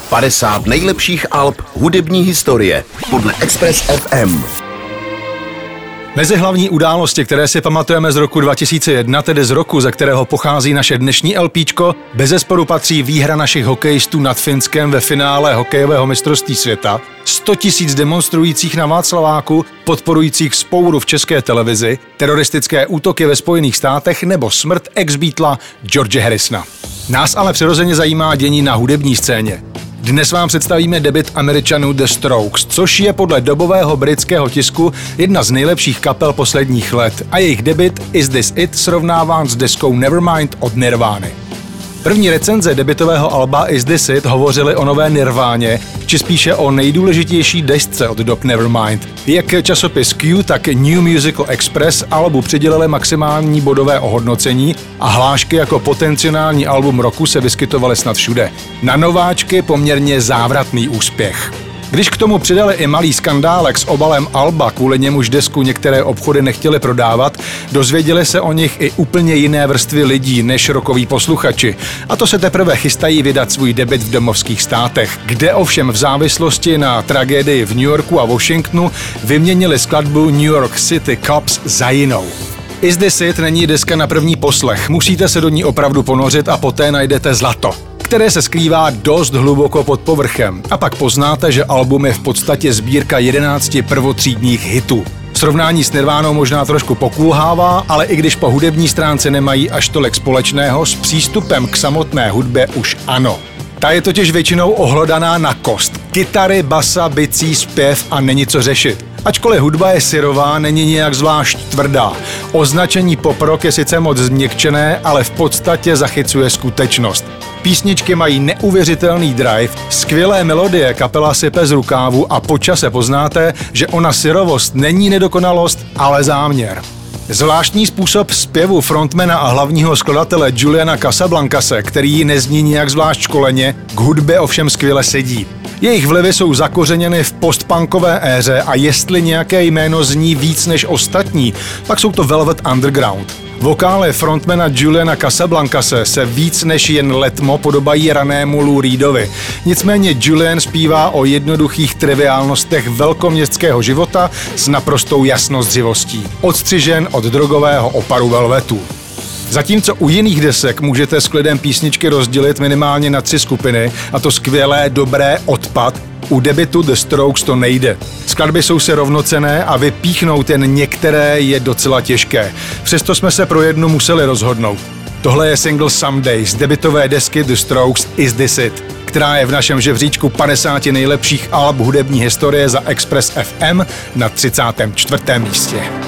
50 nejlepších alb hudební historie podle Express FM. Mezi hlavní události, které si pamatujeme z roku 2001, tedy z roku, ze kterého pochází naše dnešní LPčko, bezesporu patří výhra našich hokejistů nad Finskem ve finále hokejového mistrovství světa, 100 000 demonstrujících na Václaváku, podporujících vzpouru v České televizi, teroristické útoky ve Spojených státech nebo smrt ex-Beatla George Harrisona. Nás ale přirozeně zajímá dění na hudební scéně. Dnes vám představíme debut Američanů The Strokes, což je podle dobového britského tisku jedna z nejlepších kapel posledních let a jejich debut Is This It srovnáván s deskou Nevermind od Nirvány. První recenze debutového alba Is This It hovořily o nové Nirváně, či spíše o nejdůležitější desce od dob Nevermind. Jak časopis Q, tak New Musical Express albu přidělili maximální bodové ohodnocení a hlášky jako potenciální album roku se vyskytovaly snad všude. Na nováčky poměrně závratný úspěch. Když k tomu přidali i malý skandálek s obalem alba, kvůli němuž desku některé obchody nechtěli prodávat, dozvěděli se o nich i úplně jiné vrstvy lidí než rockoví posluchači. A to se teprve chystají vydat svůj debut v domovských státech, kde ovšem v závislosti na tragédii v New Yorku a Washingtonu vyměnili skladbu New York City Cops za jinou. Is This It není deska na první poslech, musíte se do ní opravdu ponořit a poté najdete zlato, které se skrývá dost hluboko pod povrchem. A pak poznáte, že album je v podstatě sbírka 11 prvotřídních hitů. Srovnání s Nirvánou možná trošku pokulhává, ale i když po hudební stránce nemají až tolik společného, s přístupem k samotné hudbě už ano. Ta je totiž většinou ohlodaná na kost. Kytary, basa, bicí, zpěv a není co řešit. Ačkoliv hudba je syrová, není nijak zvlášť tvrdá. Označení pop rock je sice moc změkčené, ale v podstatě zachycuje skutečnost. Písničky mají neuvěřitelný drive, skvělé melodie kapela sype z rukávu a po čase poznáte, že ona syrovost není nedokonalost, ale záměr. Zvláštní způsob zpěvu frontmana a hlavního skladatele Juliana Casablancase, který nezní nijak zvlášť školeně, k hudbě ovšem skvěle sedí. Jejich vlivy jsou zakořeněny v postpunkové éře a jestli nějaké jméno zní víc než ostatní, pak jsou to Velvet Underground. Vokály frontmana Juliana Casablancase se víc než jen letmo podobají ranému Lou Reedovi. Nicméně Julian zpívá o jednoduchých triviálnostech velkoměstského života s naprostou jasnozřivostí. Odstřižen od drogového oparu Velvetu. Zatímco u jiných desek můžete s klidem písničky rozdělit minimálně na 3 skupiny, a to skvělé, dobré, odpad, u debutu The Strokes to nejde. Skladby jsou si rovnocenné a vypíchnout jen některé je docela těžké. Přesto jsme se pro jednu museli rozhodnout. Tohle je single Someday z debutové desky The Strokes Is This It, která je v našem žebříčku 50 nejlepších alb hudební historie za Express FM na 34. místě.